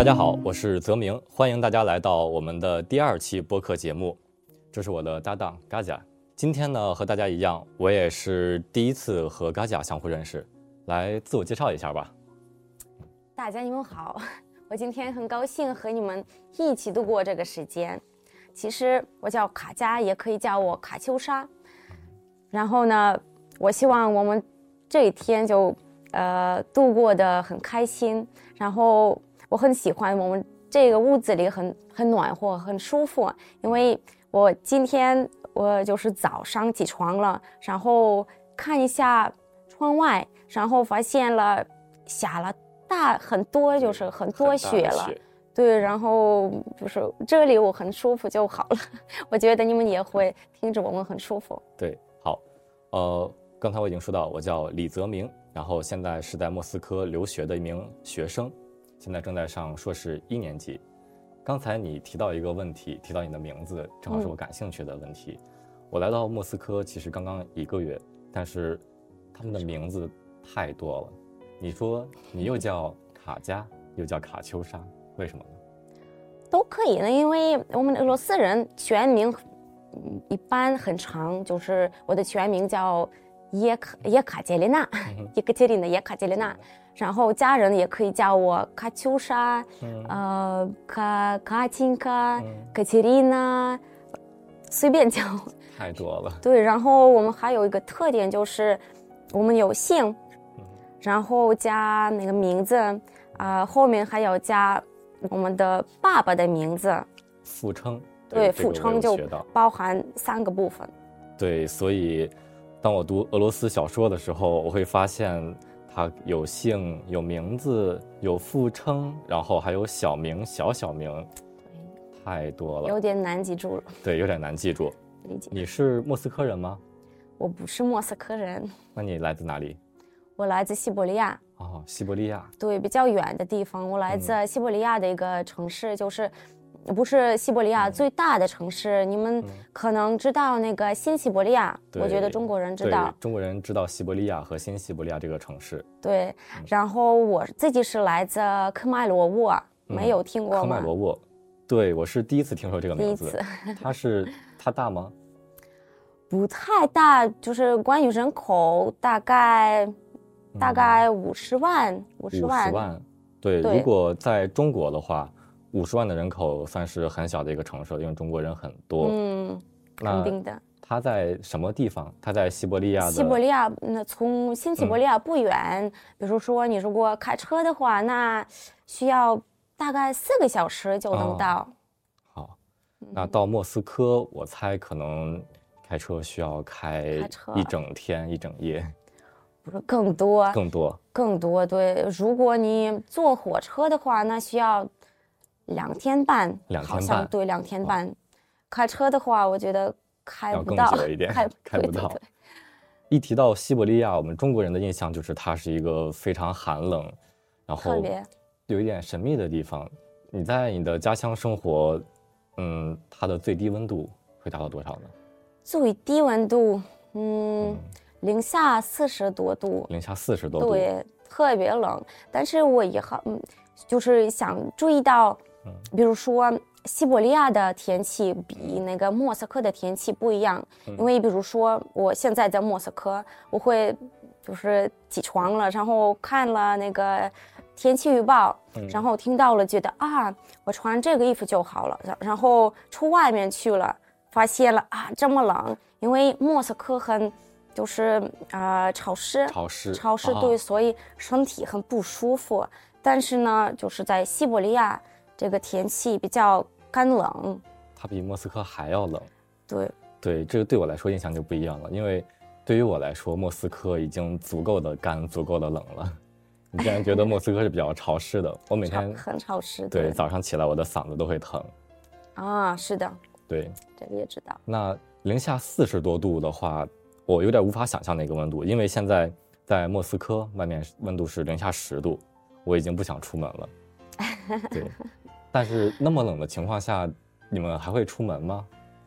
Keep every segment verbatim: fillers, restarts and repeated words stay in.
家好，我是泽明，欢迎大家来到我们的第二期播客节目。这是我的搭档嘎甲。今天呢，和大家一样，我也是第一次和嘎甲相互认识，来自我介绍一下吧。 大家你们好，我今天很高兴和你们一起度过这个时间。其实我叫卡佳，也可以叫我卡秋莎。然后呢，我希望我们这一天就呃度过得很开心。然后我很喜欢我们这个屋子里很很暖和，很舒服。因为我今天我就是早上起床了，然后看一下窗外，然后发现了下了大很多，就是很多雪了。对，然后就是这里我很舒服就好了。我觉得你们也会听着我们很舒服。 对，好，呃，刚才我已经说到，我叫李泽明，然后现在是在莫斯科留学的一名学生，现在正在上硕士一年级。刚才你提到一个问题，提到你的名字，正好是我感兴趣的问题。嗯、我来到莫斯科其实刚刚一个月，但是他们的名字太多了。你说你又叫卡佳，又叫卡秋莎，为什么呢？ 都可以呢，因为我们俄罗斯人全名一般很长，就是我的全名叫叶卡叶卡捷琳娜，叶卡捷琳娜叶卡捷琳娜。然后家人也可以叫我卡秋莎，嗯、呃，卡卡钦卡、卡捷琳娜，随便叫。 太多了。 对，然后我们还有一个特点就是，我们有姓，嗯、然后加那个名字，啊、呃，后面还要加我们的爸爸的名字。 父称。 对，父称就包含三个部分。 对，所以当我读俄罗斯小说的时候，我会发现。它有姓、有名字、有父称，然后还有小名、小小名，太多了， 有点难记住了。 对，有点难记住。 理解。 你是莫斯科人吗？ 我不是莫斯科人。 那你来自哪里？ 我来自西伯利亚。 哦，西伯利亚。 对，比较远的地方。我来自西伯利亚的一个城市，嗯、就是。不是西伯利亚最大的城市，嗯、你们可能知道那个新西伯利亚，嗯、我觉得中国人知道， 中国人知道西伯利亚和新西伯利亚这个城市。 对，嗯、然后我自己是来自科迈罗沃，嗯、没有听过吗？ 科迈罗沃，对，我是第一次听说这个名字。 第一次。 它是它大吗？ 不太大，就是关于人口大概、嗯、大概五十万，五十万。 五十万，对，对，如果在中国的话。五十万的人口算是很小的一个城市，因为中国人很多。 嗯，肯定的。 他在什么地方？他在西伯利亚的。 西伯利亚，那从新西伯利亚不远。嗯、比如说，你如果开车的话，那需要大概四个小时就能到。哦、 好，那到莫斯科，嗯、我猜可能开车需要开一整天一整夜。 不是更多？ 更多。 更多，对。如果你坐火车的话，那需要。两天半， 两天半， 好像对，两天半。开车的话，我觉得开不到， 要更久一点， 开开不到。一提到西伯利亚，我们中国人的印象就是它是一个非常寒冷，然后有一点神秘的地方。你在你的家乡生活，嗯，它的最低温度会达到多少呢？ 最低温度，嗯，嗯零下四十多度。 零下四十多度， 对，特别冷。但是我也很，嗯，就是想注意到。比如说西伯利亚的天气比那个莫斯科的天气不一样，嗯、因为比如说我现在在莫斯科，我会就是起床了，然后看了那个天气预报，嗯、然后听到了，觉得啊，我穿这个衣服就好了，然后出外面去了，发现了啊这么冷，因为莫斯科很就是啊、呃、潮湿， 潮湿， 潮湿，对，啊、所以身体很不舒服。但是呢，就是在西伯利亚。这个天气比较干冷， 它比莫斯科还要冷。 对对，这个对我来说印象就不一样了，因为对于我来说，莫斯科已经足够的干，足够的冷了。你竟然觉得莫斯科是比较潮湿的？我每天很潮湿， 对，早上起来我的嗓子都会疼。 啊，是的， 对， 这个也知道。 那零下四十多度的话，我有点无法想象那个温度，因为现在在莫斯科外面温度是零下十度，我已经不想出门了。对。但是那么冷的情况下，你们还会出门吗？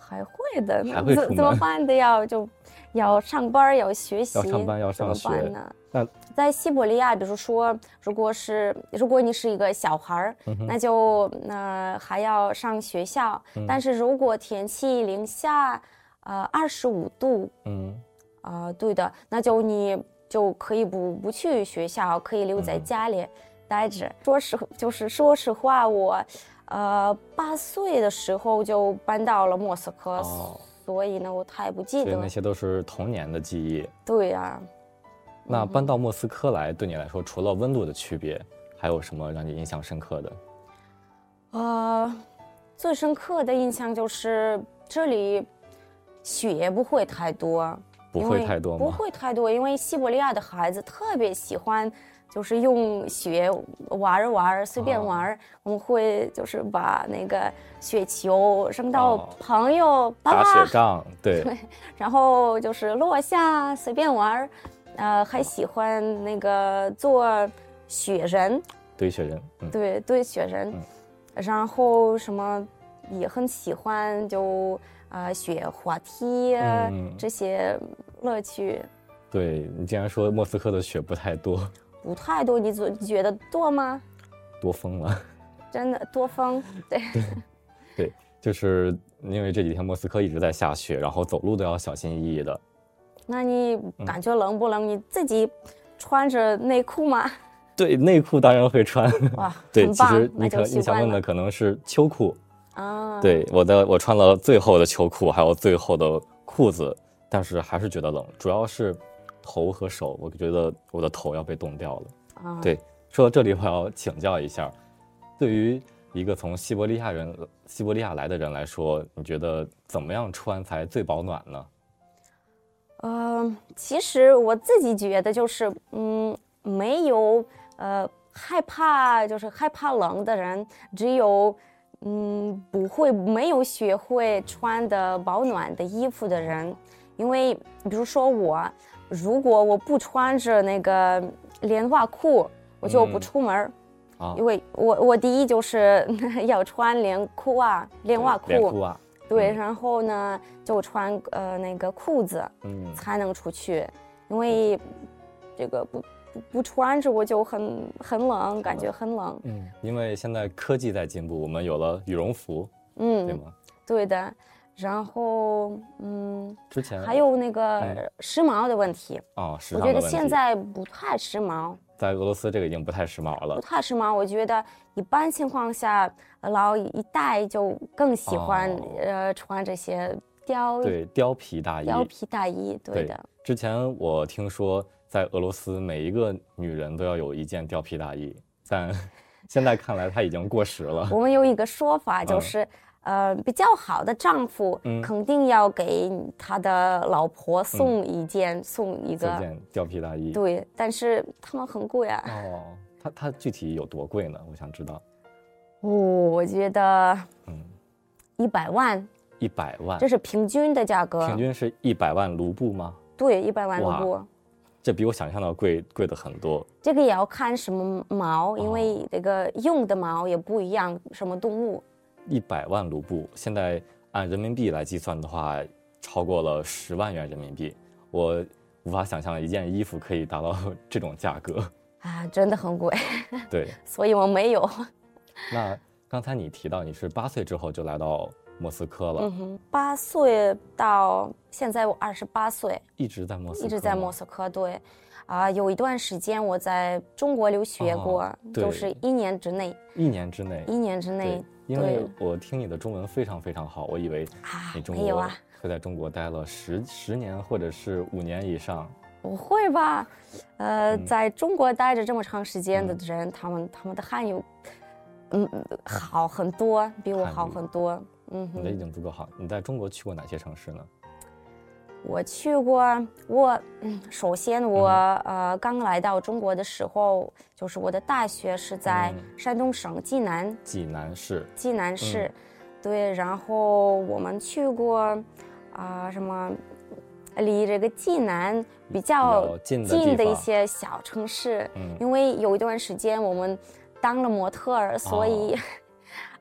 还会的， 还会出门怎怎么办的？要就要上班，要学习， 要上班要上学怎么办呢？ 那在西伯利亚，比如说，如果是如果你是一个小孩儿， 嗯、 那就呃还要上学校。嗯、但是如果天气零下呃二十五度，嗯，啊、呃、对的，那就你就可以不不去学校，可以留在家里待着。嗯、说实就是说实话，我呃八岁的时候就搬到了莫斯科，哦、所以呢我太不记得。 所以那些都是童年的记忆。 对呀、啊。 那搬到莫斯科来，对你来说，除了温度的区别，还有什么让你印象深刻的？ 呃，最深刻的印象就是这里雪不会太多， 不会太多吗？ 不会太多，因为西伯利亚的孩子特别喜欢，就是用雪玩玩，随便玩。哦、我们会就是把那个雪球扔到朋友、哦、 打雪仗，对， 对，然后就是落下随便玩。呃，还喜欢那个做雪人， 堆雪人， 嗯、对，堆雪人，嗯、然后什么也很喜欢就，就呃雪滑梯、啊嗯、这些乐趣。 对，你竟然说莫斯科的雪不太多， 不太多，你你觉得多吗？ 多疯了， 真的多疯，对对对，就是因为这几天莫斯科一直在下雪，然后走路都要小心翼翼的。 那你感觉冷不冷？嗯、你自己穿着内裤吗？ 对，内裤当然会穿。 哇， 对，其实你可你想问的可能是秋裤啊。 对，我的我穿了最厚的秋裤，还有最厚的裤子，但是还是觉得冷，主要是头和手，我觉得我的头要被冻掉了。啊，对，说到这里，我要请教一下，对于一个从西伯利亚人西伯利亚来的人来说，你觉得怎么样穿才最保暖呢？ 呃，其实我自己觉得就是，嗯，没有呃害怕，就是害怕冷的人，只有嗯不会没有学会穿的保暖的衣服的人，因为比如说我，如果我不穿着那个连袜裤，我就不出门，嗯、啊，因为我我第一就是要穿连裤袜、连袜裤。 连裤袜。 对，然后呢，就穿呃那个裤子，嗯，才能出去，因为这个不不不穿着我就很很冷，感觉很冷。 嗯，因为现在科技在进步，我们有了羽绒服，嗯，对吗？ 对的，然后嗯， 之前还有那个时髦的问题哦，时尚的问题，我觉得现在不太时髦。 在俄罗斯这个已经不太时髦了， 不太时髦。我觉得一般情况下，老一代就更喜欢、哦、呃穿这些貂对貂皮大衣。 貂皮大衣，对的。 对，之前我听说在俄罗斯每一个女人都要有一件貂皮大衣，但现在看来它已经过时了。 我们有一个说法就是。嗯呃，比较好的丈夫肯定要给他的老婆送一件，嗯、送一个件貂皮大衣。 对，但是他们很贵啊。 哦，它它具体有多贵呢？我想知道。 哦，我觉得，嗯，一百万。 一百万， 这是平均的价格。 平均是一百万卢布吗？ 对，一百万卢布。 这比我想象的贵贵的很多。 这个也要看什么毛，因为这个用的毛也不一样，什么动物。 一百万卢布，现在按人民币来计算的话，超过了十万元人民币。我无法想象一件衣服可以达到这种价格啊，真的很贵。 对， 所以我没有。 那刚才你提到你是八岁之后就来到莫斯科了。 嗯哼，八岁到现在我二十八岁， 一直在莫斯科， 一直在莫斯科。对，啊、呃，有一段时间我在中国留学过，哦、就是一年之内。 一年之内。 一年之内。 因为我听你的中文非常非常好，我以为你中国会在中国待了十十年或者是五年以上。 不会吧？呃，嗯、在中国待着这么长时间的人，嗯、他们他们的汉语，嗯，好很多，比我好很多。嗯， 你的已经足够好。你在中国去过哪些城市呢？ 我去过，我嗯，首先我、嗯、呃刚来到中国的时候，就是我的大学是在山东省济南， 嗯、济南市， 济南市，嗯、对，然后我们去过啊、呃、什么，离这个济南比较近的一些小城市，嗯、因为有一段时间我们当了模特儿，所以。哦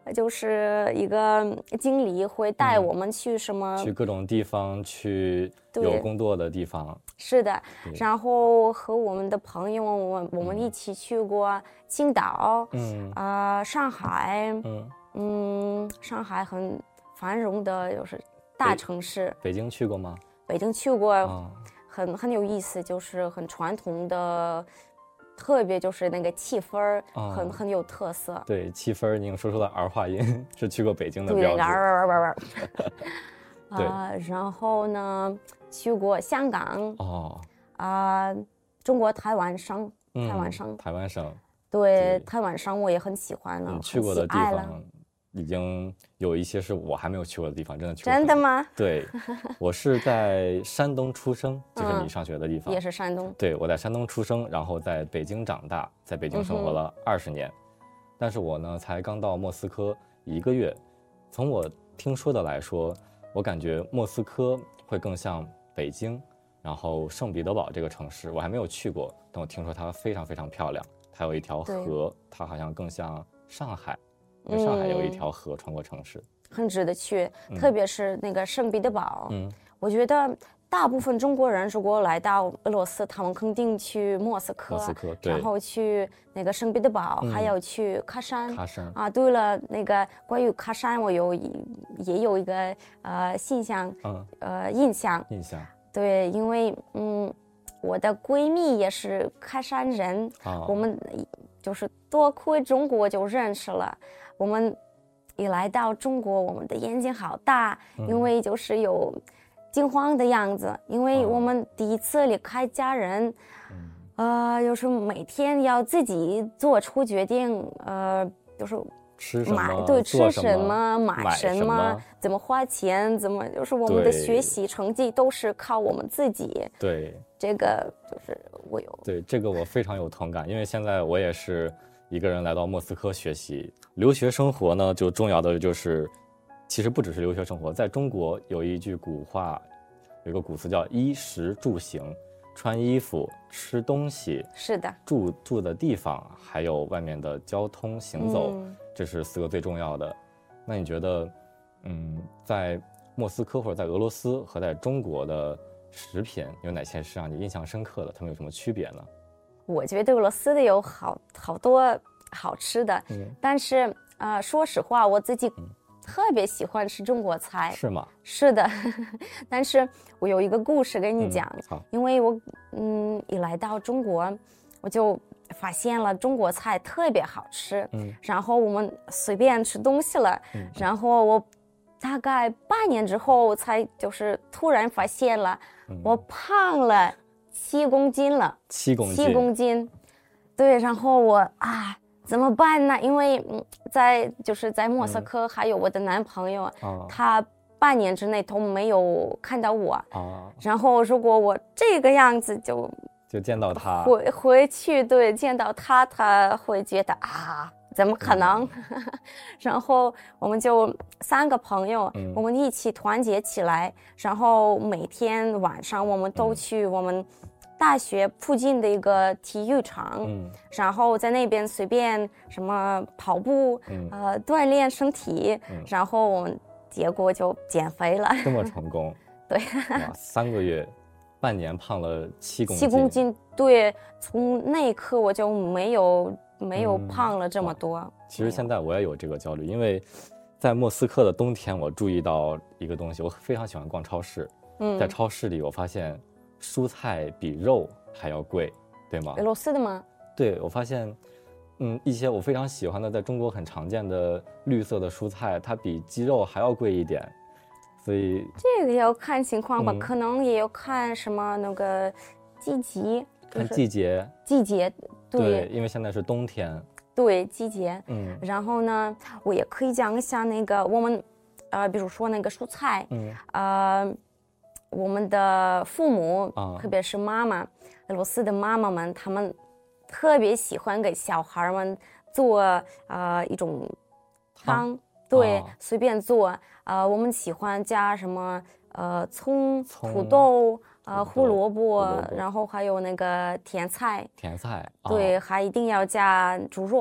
就是一个经理会带我们去什么、 嗯、去各种地方，去有工作的地方。 是的，然后和我们的朋友，我们我们一起去过青岛，嗯啊、呃，上海，嗯嗯，上海很繁荣的，就是大城市。 北, 北京去过吗？ 北京去过，哦、很很有意思，就是很传统的。特别就是那个气氛很、哦、很有特色。 对，气氛你说出了儿化音，是去过北京的标志。 对，儿儿儿对、呃，然后呢，去过香港。哦。啊、呃，中国台湾省，台湾省， 嗯、台湾省。 对，台湾省我也很喜欢了。 你去过的地方，已经有一些是我还没有去过的地方，真的去过。 真的吗？ 对，我是在山东出生，就是你上学的地方。 嗯、也是山东。 对，我在山东出生，然后在北京长大，在北京生活了二十年、嗯。但是我呢，才刚到莫斯科一个月。从我听说的来说，我感觉莫斯科会更像北京，然后圣彼得堡这个城市，我还没有去过，但我听说它非常非常漂亮。它有一条河，它好像更像上海。因为上海有一条河穿过城市、嗯、 很值得去、嗯、特别是那个圣彼得堡、嗯、我觉得大部分中国人如果来到俄罗斯，他们肯定去莫斯科， 莫斯科对， 然后去那个圣彼得堡、嗯、还有去喀山喀山啊。对了，那个关于喀山我有也有一个呃印象、嗯、呃印象印象对，因为嗯我的闺蜜也是喀山人、哦、我们就是多亏中国就认识了。我们一来到中国，我们的眼睛好大、嗯、因为就是有惊慌的样子，因为我们第一次离开家人、嗯、呃，就是每天要自己做出决定，呃，就是吃什么， 对，吃什么， 买什么，怎么花钱，怎么就是我们的学习成绩都是靠我们自己。 对， 这个就是我有对这个我非常有同感，因为现在我也是一个人来到莫斯科学习留学生活呢，就重要的就是其实不只是留学生活，在中国有一句古话，有一个古词叫衣食住行，穿衣服、吃东西， 是的， 住住的地方，还有外面的交通行走、嗯、这是四个最重要的。那你觉得嗯，在莫斯科或者在俄罗斯和在中国的食品有哪些是让你印象深刻的？它们有什么区别呢？ 我觉得俄罗斯的有好好多好吃的、嗯、但是呃，说实话我自己特别喜欢吃中国菜。 是吗？ 是的但是我有一个故事跟你讲、 嗯、好， 因为我嗯一来到中国我就发现了中国菜特别好吃、嗯、然后我们随便吃东西了、嗯、然后我大概半年之后才就是突然发现了、嗯、我胖了七公斤了， 七公斤， 七公斤，对，然后我啊，怎么办呢？因为嗯，在就是在莫斯科，还有我的男朋友，嗯、他半年之内都没有看到我啊。然后如果我这个样子就就见到他， 回回去对见到他，他会觉得啊。怎么可能、嗯、然后我们就三个朋友、嗯、我们一起团结起来，然后每天晚上我们都去我们大学附近的一个体育场、嗯、然后在那边随便什么跑步、嗯、呃锻炼身体、嗯、然后我们结果就减肥了。 这么成功对哇，三个月半年胖了七公斤。 七公斤，对，从那一刻我就没有没有胖了这么多、嗯、 其实现在我也有这个焦虑，因为在莫斯科的冬天我注意到一个东西，我非常喜欢逛超市、嗯、在超市里我发现蔬菜比肉还要贵，对吗？ 俄罗斯的吗？ 对，我发现嗯，一些我非常喜欢的在中国很常见的绿色的蔬菜它比鸡肉还要贵一点，所以这个要看情况吧、嗯、可能也要看什么那个季节， 看季节季节 对, 对，因为现在是冬天， 对季节，嗯，然后呢我也可以讲一下那个我们呃比如说那个蔬菜，嗯，呃我们的父母、啊、特别是妈妈，俄罗斯的妈妈们他们特别喜欢给小孩们做呃一种汤，对、啊、随便做，呃我们喜欢加什么呃葱、土豆呃，胡萝卜，然后还有那个甜菜， 甜菜， 对，哦、还一定要加猪肉，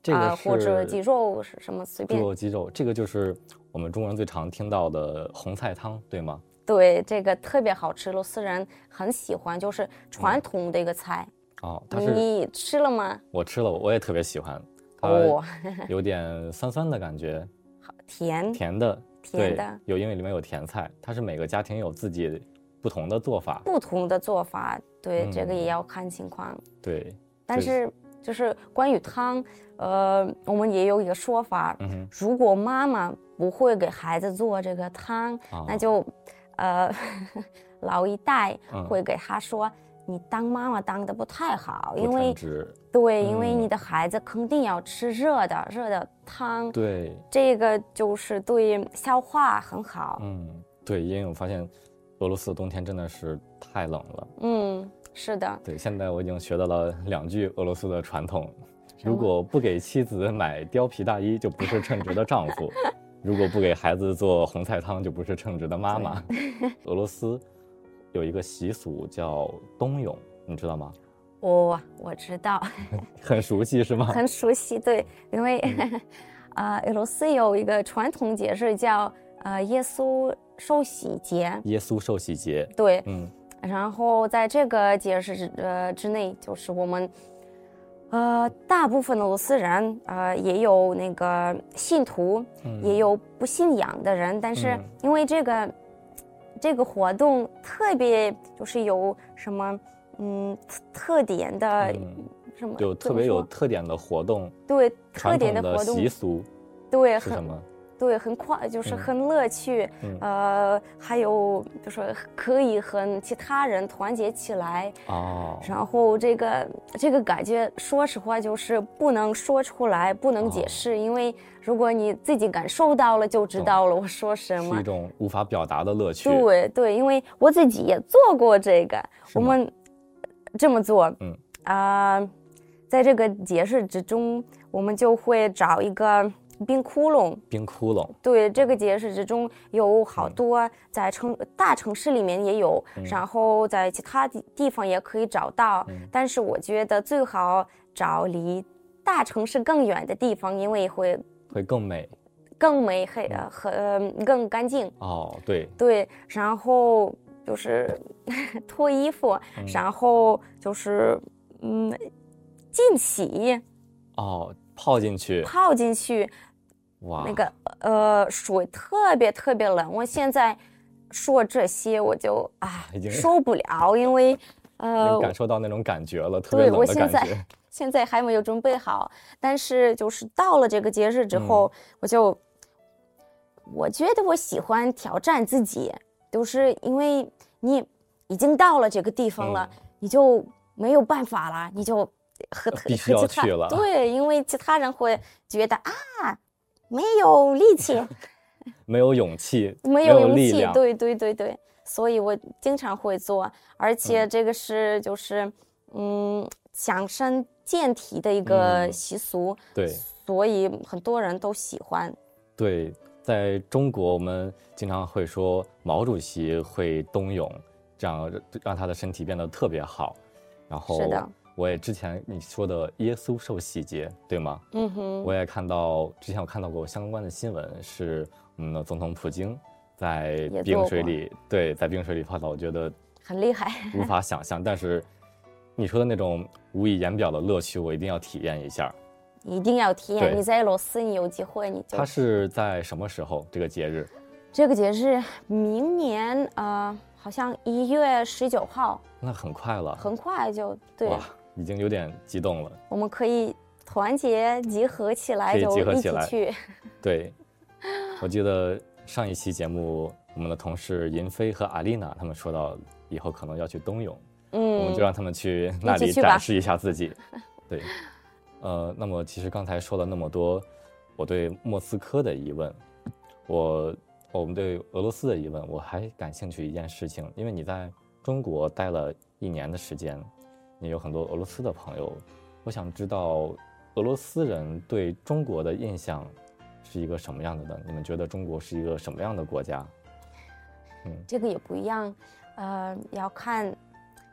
这个啊、 是或者鸡肉是什么随便。 猪肉、鸡肉，这个就是我们中国人最常听到的红菜汤，对吗？ 对，这个特别好吃，俄罗斯人很喜欢，就是传统的一个菜。 嗯、哦，它是你吃了吗？ 我吃了，我也特别喜欢。 哦， 有点酸酸的感觉， 甜甜的， 甜的， 对，有因为里面有甜菜，它是每个家庭有自己不同的做法， 不同的做法，对、 嗯、 这个也要看情况。 对， 但是就是关于汤，呃，我们也有一个说法， 嗯、 如果妈妈不会给孩子做这个汤， 啊、 那就，呃，老一代会嗯、 给他说。你当妈妈当的不太好，因不为称职对， 嗯因为你的孩子肯定要吃热的热的汤， 对， 这个就是对消化很好。 嗯，对，因为我发现俄罗斯的冬天真的是太冷了。 嗯，是的。 对，现在我已经学到了两句俄罗斯的传统：如果不给妻子买貂皮大衣，就不是称职的丈夫；如果不给孩子做红菜汤，就不是称职的妈妈。俄罗斯有一个习俗叫冬泳，你知道吗？ 我我知道， 很熟悉是吗？ 很熟悉，对，因为啊、呃，俄罗斯有一个传统节日叫呃耶稣受洗节。 耶稣受洗节， 对， 嗯， 然后在这个节日呃之内，就是我们呃大部分俄罗斯人呃也有那个信徒， 嗯、 也有不信仰的人，但是因为这个。嗯这个活动特别就是有什么嗯特点的、嗯、什么有特别有特点的活动， 对特点的活动习俗， 对是什么？ 对，很快就是很乐趣， 嗯、 呃，还有就是可以和其他人团结起来哦。 然后这个这个感觉，说实话就是不能说出来，不能解释，哦、因为如果你自己感受到了，就知道了我说什么。 是一种无法表达的乐趣。 对对，因为我自己也做过这个，我们这么做， 嗯啊、呃，在这个节日之中，我们就会找一个。冰窟窿， 冰窟窿， 对，这个节日之中有好多，在城、嗯、大城市里面也有、嗯，然后在其他地方也可以找到、嗯。但是我觉得最好找离大城市更远的地方，因为会会更美， 更美，很很、呃、更干净。 哦，对对，然后就是脱衣服、嗯，然后就是嗯浸洗， 哦，泡进去， 泡进去。 哇， 那个呃，水特别特别冷。我现在说这些，我就啊受不了，因为呃， 感受到那种感觉了，特别冷的感觉。 对，我现在现在还没有准备好，但是就是到了这个节日之后，嗯、我就我觉得我喜欢挑战自己，就是因为你已经到了这个地方了，嗯、你就没有办法了，你就和必须要去了。 对，因为其他人会觉得啊。没有力气， 没有勇气， 没有勇气， 力量， 对对对对，所以我经常会做，而且这个是就是嗯，嗯强身健体的一个习俗， 嗯、对， 所以很多人都喜欢。 对，在中国我们经常会说毛主席会冬泳，这样让他的身体变得特别好。然后是的。 我也之前你说的耶稣受洗节，对吗？ 嗯哼， 我也看到之前我看到过相关的新闻，是我们的总统普京在冰水里，对，在冰水里泡澡，我觉得很厉害， 无法想象。但是你说的那种无以言表的乐趣，我一定要体验一下。 一定要体验！你在俄罗斯，你有机会你就。 它是在什么时候？这个节日？ 这个节日明年呃，好像一月十九号。 那很快了。 很快就对。 哇，已经有点激动了。 我们可以团结集合起来，就一起去。 对，我记得上一期节目，我们的同事银飞和阿丽娜他们说到以后可能要去冬泳，嗯，我们就让他们去那里展示一下自己。对，呃，那么其实刚才说了那么多，我对莫斯科的疑问，我我们对俄罗斯的疑问，我还感兴趣一件事情，因为你在中国待了一年的时间。你有很多俄罗斯的朋友，我想知道俄罗斯人对中国的印象是一个什么样的呢？你们觉得中国是一个什么样的国家？ 嗯，这个也不一样，呃，要看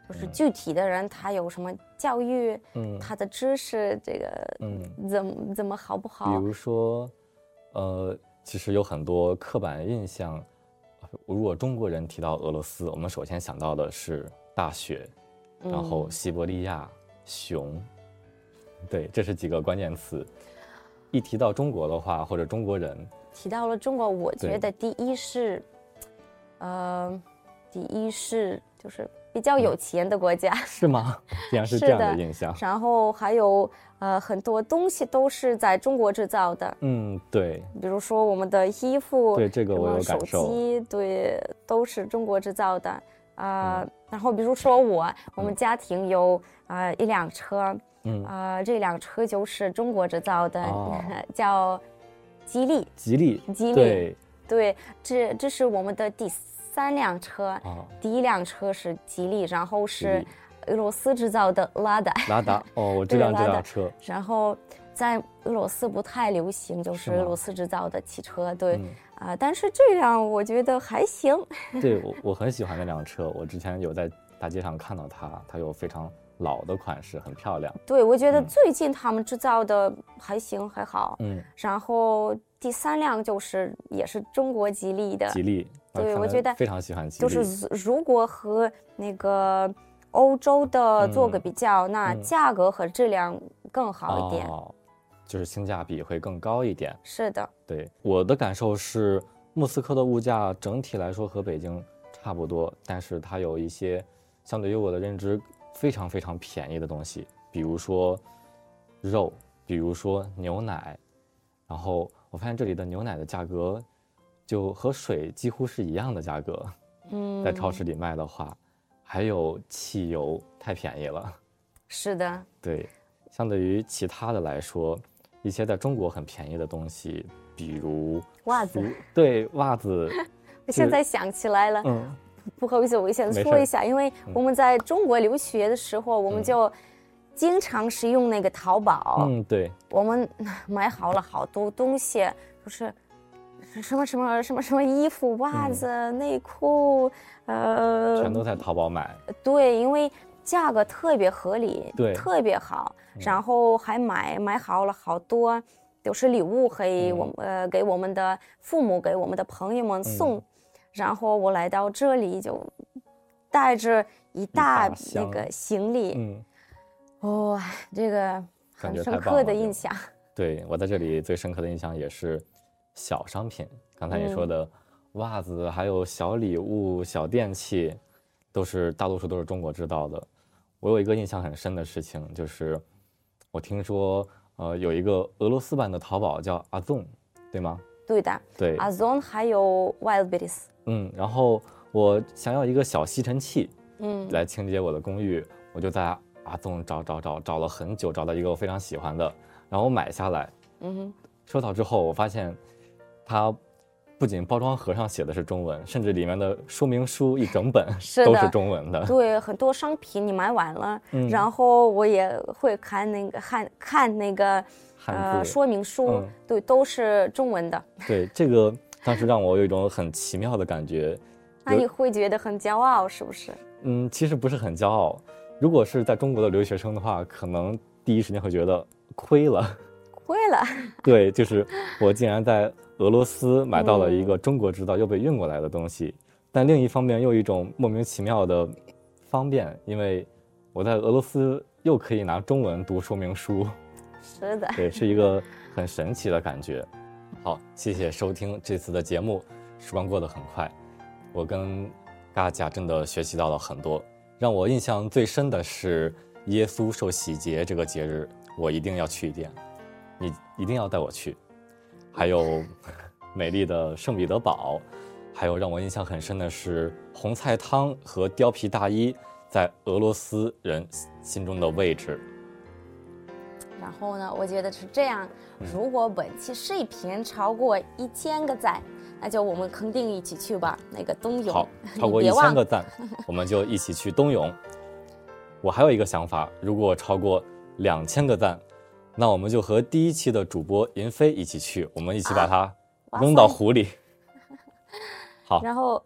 就是具体的人他有什么教育， 嗯， 他的知识这个嗯怎么怎么好不好？ 比如说，呃，其实有很多刻板印象。如果中国人提到俄罗斯，我们首先想到的是大雪，然后西伯利亚、熊，对，这是几个关键词。一提到中国的话，或者中国人， 提到了中国，我觉得第一是，呃，第一是就是比较有钱的国家， 嗯、是吗？竟然是这样的印象。 然后还有呃很多东西都是在中国制造的。 嗯，对。 比如说我们的衣服， 对这个我有感受。 手机，对，都是中国制造的。呃，嗯、然后比如说我，我们家庭有呃一辆车。嗯，呃，这辆车就是中国制造的，哦、叫吉利。 吉利， 吉利， 对， 对，这这是我们的第三辆车。哦、第一辆车是吉利，然后是俄罗斯制造的拉达。 拉达，哦，我知道这辆车。 然后在俄罗斯不太流行，就是俄罗斯制造的汽车，对，啊、嗯呃，但是这辆我觉得还行。 对，我我很喜欢那辆车，我之前有在大街上看到它，它有非常老的款式，很漂亮。 对，我觉得最近他们制造的还行，还好。嗯，然后第三辆就是也是中国吉利的。 吉利， 对，我觉得非常喜欢吉利。 就是如果和那个欧洲的做个比较，嗯、那价格和质量更好一点。 哦，就是性价比会更高一点。 是的。 对，我的感受是，莫斯科的物价整体来说和北京差不多，但是它有一些相对于我的认知非常非常便宜的东西，比如说肉，比如说牛奶，然后我发现这里的牛奶的价格就和水几乎是一样的价格，嗯，在超市里卖的话，还有汽油太便宜了。 是的， 对，相对于其他的来说，一些在中国很便宜的东西，比如袜子， 对，袜子， 我现在想起来了， 嗯。 不好意思，我先说一下，因为我们在中国留学的时候，嗯、我们就经常使用那个淘宝。 嗯，对。 我们买好了好多东西，就是什么什么什么什么衣服、袜子、嗯、内裤，呃， 全都在淘宝买。 对，因为价格特别合理， 对， 特别好，然后还买买好了好多，都是礼物给我们、嗯、呃给我们的父母、给我们的朋友们送。嗯，然后我来到这里就带着一大那个行李，嗯，哇、哦，这个很深刻的印象。 对，我在这里最深刻的印象也是小商品，刚才你说的袜子，还有小礼物、小电器，都是大多数都是中国制造的。我有一个印象很深的事情，就是我听说，呃，有一个俄罗斯版的淘宝叫 Ozon， 对吗？ 对的， 对 ，Ozon 还有 Wildberries。 嗯，然后我想要一个小吸尘器，嗯，来清洁我的公寓，我就在Ozon找找找找了很久，找到一个我非常喜欢的，然后我买下来。嗯哼，收到之后，我发现它不仅包装盒上写的是中文，甚至里面的说明书一整本都是中文的。 对，很多商品你买完了，嗯、然后我也会看那个看看那个呃说明书，嗯、对，都是中文的。 对，这个当时让我有一种很奇妙的感觉。 那你会觉得很骄傲，是不是？ 嗯，其实不是很骄傲。如果是在中国的留学生的话，可能第一时间会觉得亏了。 亏了。 对，就是我竟然在俄罗斯买到了一个中国制造又被运过来的东西，嗯、但另一方面又有一种莫名其妙的方便，因为我在俄罗斯又可以拿中文读说明书。 是的。 对，是一个很神奇的感觉。好，谢谢收听这次的节目，时光过得很快，我跟嘎甲真的学习到了很多。让我印象最深的是耶稣受洗节这个节日，我一定要去一遍，你一定要带我去。还有美丽的圣彼得堡，还有让我印象很深的是红菜汤和貂皮大衣在俄罗斯人心中的位置。 然后呢，我觉得是这样，如果本期视频超过一千个赞，那就我们肯定一起去吧，那个冬泳。 好，超过一千个赞，我们就一起去冬泳。我还有一个想法，如果超过两千个赞，那我们就和第一期的主播银飞一起去，我们一起把它扔到湖里。 好，然后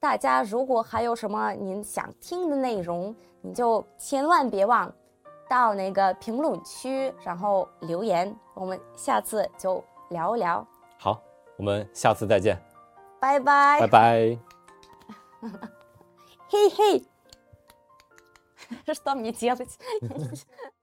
大家如果还有什么您想听的内容，你就千万别忘到那个评论区，然后留言，我们下次就聊一聊。 好，我们下次再见， 拜拜， 拜拜。 嘿嘿，что мне делать?